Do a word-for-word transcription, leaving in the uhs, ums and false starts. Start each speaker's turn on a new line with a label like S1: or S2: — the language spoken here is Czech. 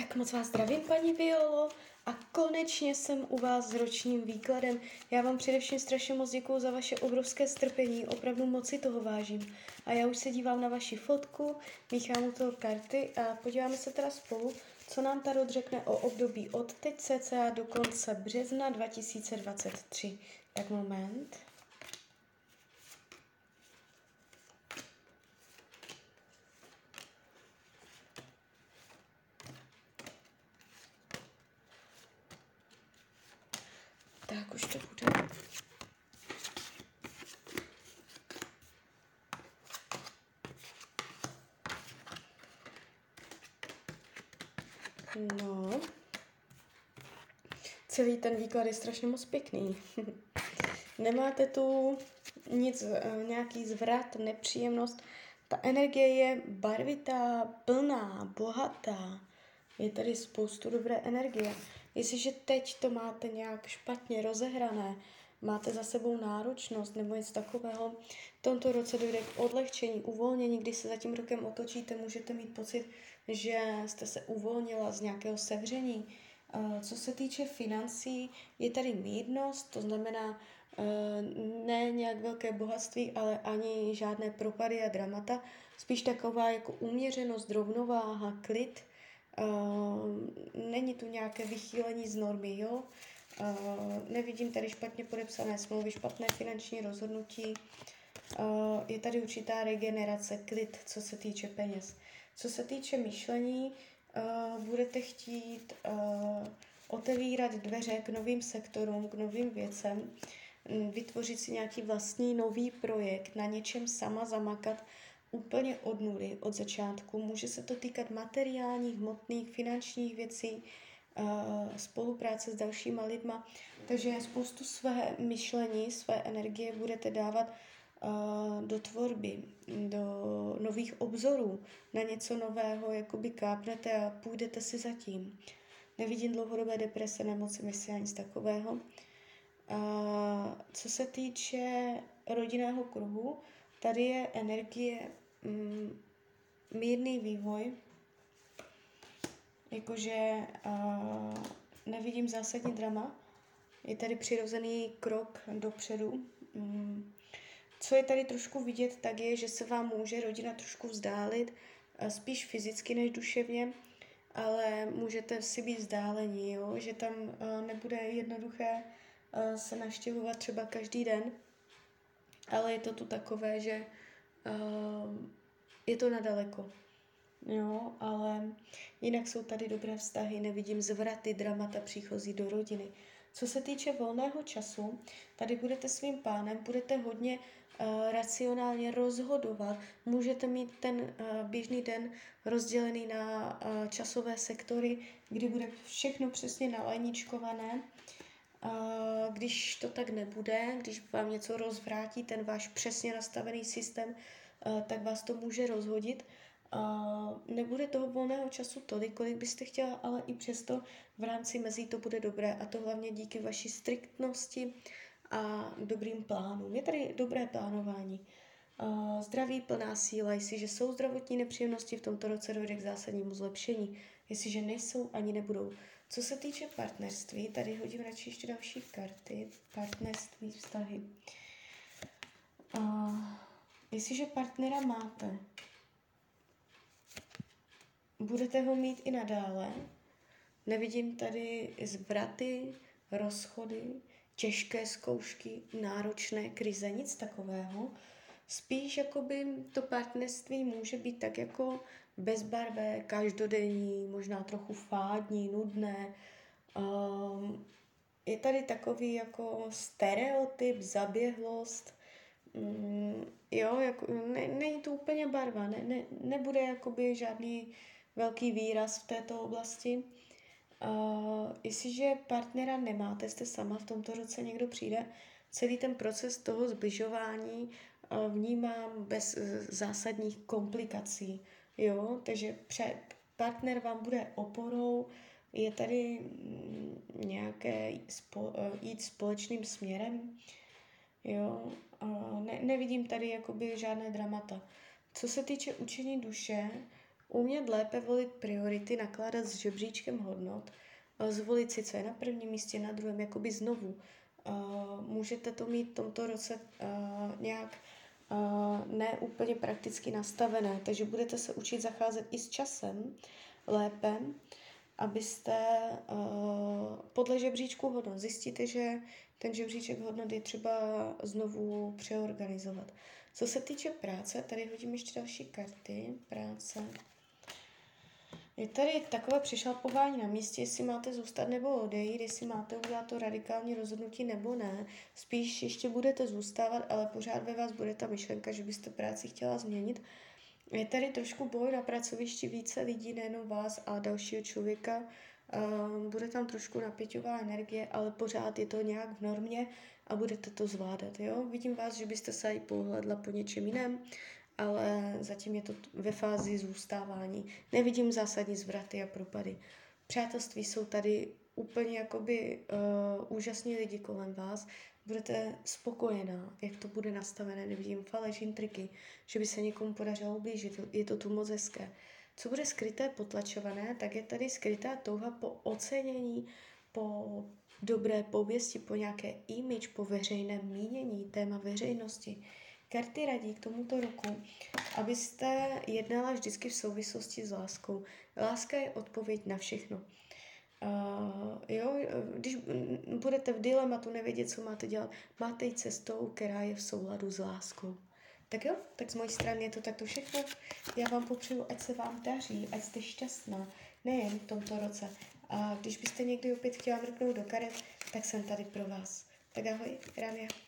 S1: Tak moc vás zdravím, paní Violo, a konečně jsem u vás s ročním výkladem. Já vám především strašně moc děkuju za vaše obrovské strpení, opravdu moc si toho vážím. A já už se dívám na vaši fotku, míchám u toho karty a podíváme se teda spolu, co nám tarot řekne o období od teď cca do konce března dva tisíce dvacet tři. Tak moment. Tak už to bude. No, celý ten výklad je strašně moc pěkný. Nemáte tu nic, nějaký zvrat, nepříjemnost. Ta energie je barvitá, plná, bohatá. Je tady spoustu dobré energie. Jestliže teď to máte nějak špatně rozehrané, máte za sebou náročnost nebo něco takového, v tomto roce dojde k odlehčení, uvolnění. Když se za tím rokem otočíte, můžete mít pocit, že jste se uvolnila z nějakého sevření. Co se týče financí, je tady mírnost, to znamená ne nějak velké bohatství, ale ani žádné propady a dramata. Spíš taková jako uměřenost, rovnováha, klid. Není tu nějaké vychýlení z normy, jo? Nevidím tady špatně podepsané smlouvy, špatné finanční rozhodnutí. Je tady určitá regenerace, klid, co se týče peněz. Co se týče myšlení, budete chtít otevírat dveře k novým sektorům, k novým věcem, vytvořit si nějaký vlastní nový projekt, na něčem sama zamakat úplně od nuly, od začátku. Může se to týkat materiálních, hmotných, finančních věcí, spolupráce s dalšíma lidma. Takže spoustu své myšlení, své energie budete dávat do tvorby, do nových obzorů, na něco nového, jakoby kápnete a půjdete si za tím. Nevidím dlouhodobé deprese, nemoci, mysli a nic takového. A co se týče rodinného kruhu, tady je energie mm, mírný vývoj, jakože uh, nevidím zásadní drama, je tady přirozený krok dopředu. Mm. Co je tady trošku vidět, tak je, že se vám může rodina trošku vzdálit, spíš fyzicky než duševně, ale můžete si být vzdálení, jo? Že tam uh, nebude jednoduché uh, se navštěvovat třeba každý den, ale je to tu takové, že uh, je to nadaleko. Jo, ale jinak jsou tady dobré vztahy, nevidím zvraty, dramata příchozí do rodiny. Co se týče volného času, tady budete svým pánem, budete hodně uh, racionálně rozhodovat. Můžete mít ten uh, běžný den rozdělený na uh, časové sektory, kdy bude všechno přesně nalajničkované. Uh, když to tak nebude, když vám něco rozvrátí ten váš přesně nastavený systém, uh, tak vás to může rozhodit. Uh, nebude toho volného času tolik, kolik byste chtěla, ale i přesto v rámci mezí to bude dobré, a to hlavně díky vaší striktnosti a dobrým plánům. Je tady dobré plánování. Uh, zdraví, plná síla, jestliže jsou zdravotní nepříjemnosti, v tomto roce dojde k zásadnímu zlepšení. Jestliže nejsou, ani nebudou. Co se týče partnerství, tady hodím radši ještě další karty. Partnerství, vztahy. Uh, jestliže partnera máte, budete ho mít i nadále. Nevidím tady zvraty, rozchody, těžké zkoušky, náročné krize, nic takového. Spíš jakoby to partnerství může být tak jako bezbarvé, každodenní, možná trochu fádní, nudné. Um, je tady takový jako stereotyp, zaběhlost. Um, jo, jako, ne, není to úplně barva, ne, ne, nebude jakoby žádný velký výraz v této oblasti. Uh, jestliže partnera nemáte, jste sama, v tomto roce někdo přijde, celý ten proces toho zbližování uh, vnímám bez uh, zásadních komplikací. Jo? Takže před, partner vám bude oporou, je tady mm, nějaké spo, uh, jít společným směrem. Jo? Uh, ne, nevidím tady jakoby žádné dramata. Co se týče učení duše, Umět lépe volit priority, nakládat s žebříčkem hodnot, zvolit si, co je na prvním místě, na druhém, jakoby znovu. Uh, můžete to mít v tomto roce uh, nějak uh, ne úplně prakticky nastavené, takže budete se učit zacházet i s časem lépe, abyste uh, podle žebříčku hodnot zjistíte, že ten žebříček hodnot je třeba znovu přeorganizovat. Co se týče práce, tady hodím ještě další karty. Práce. Je tady takové přešlapování na místě, jestli máte zůstat nebo odejít, jestli máte udělat to radikální rozhodnutí nebo ne. Spíš ještě budete zůstávat, ale pořád ve vás bude ta myšlenka, že byste práci chtěla změnit. Je tady trošku boj na pracovišti, více lidí, nejenom vás a dalšího člověka. Uh, bude tam trošku napěťová energie, ale pořád je to nějak v normě a budete to zvládat. Jo? Vidím vás, že byste se i pohledla po něčem jiném, ale zatím je to ve fázi zůstávání. Nevidím zásadní zvraty a propady. Přátelství jsou tady úplně jakoby uh, úžasní lidi kolem vás. Budete spokojená, jak to bude nastavené, nevidím faleš, intriky, že by se někomu podařilo ublížit, je to tu moc hezké. Co bude skryté, potlačované, tak je tady skrytá touha po ocenění, po dobré pověsti, po nějaké image, po veřejném mínění, téma veřejnosti. Karty radí k tomuto roku, abyste jednala vždycky v souvislosti s láskou. Láska je odpověď na všechno. Uh, jo, když budete v dilematu nevědět, co máte dělat, máte jít cestou, která je v souladu s láskou. Tak jo, tak z mojí strany je to takto všechno. Já vám popřeju, ať se vám daří, ať jste šťastná, nejen v tomto roce. A když byste někdy opět chtěla mrknout do karet, tak jsem tady pro vás. Tak ahoj, Rania.